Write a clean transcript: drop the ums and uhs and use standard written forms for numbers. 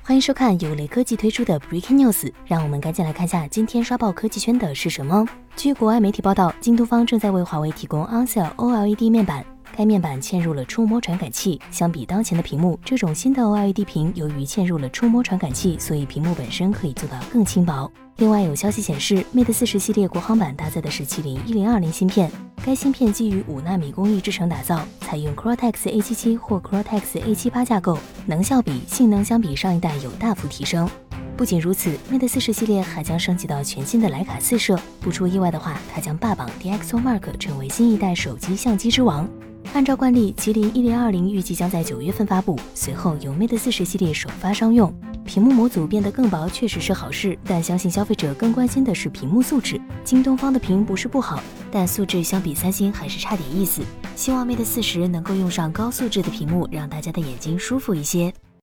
欢迎收看由雷科技推出的 Breaking News， 让我们赶紧来看下今天刷爆科技圈的是什么。据国外媒体报道，京东方正在为华为提供 OnCell OLED 面板，该面板嵌入了触摸传感器。相比当前的屏幕，这种新的 OLED 屏由于嵌入了触摸传感器，所以屏幕本身可以做到更轻薄。另外有消息显示 ，Mate 40系列国行版搭载的是麒麟1020芯片，该芯片基于5纳米工艺制成打造，采用 Cortex A77 或 Cortex A78 架构，能效比、性能相比上一代有大幅提升。不仅如此 ，Mate 40系列还将升级到全新的徕卡4摄，不出意外的话，它将霸榜 DxO Mark 成为新一代手机相机之王。按照惯例，麒麟1020预计将在9月份发布，随后由 Mate 40系列首发商用。屏幕模组变得更薄确实是好事，但相信消费者更关心的是屏幕素质。京东方的屏不是不好，但素质相比三星还是差点意思。希望 Mate 40能够用上高素质的屏幕，让大家的眼睛舒服一些。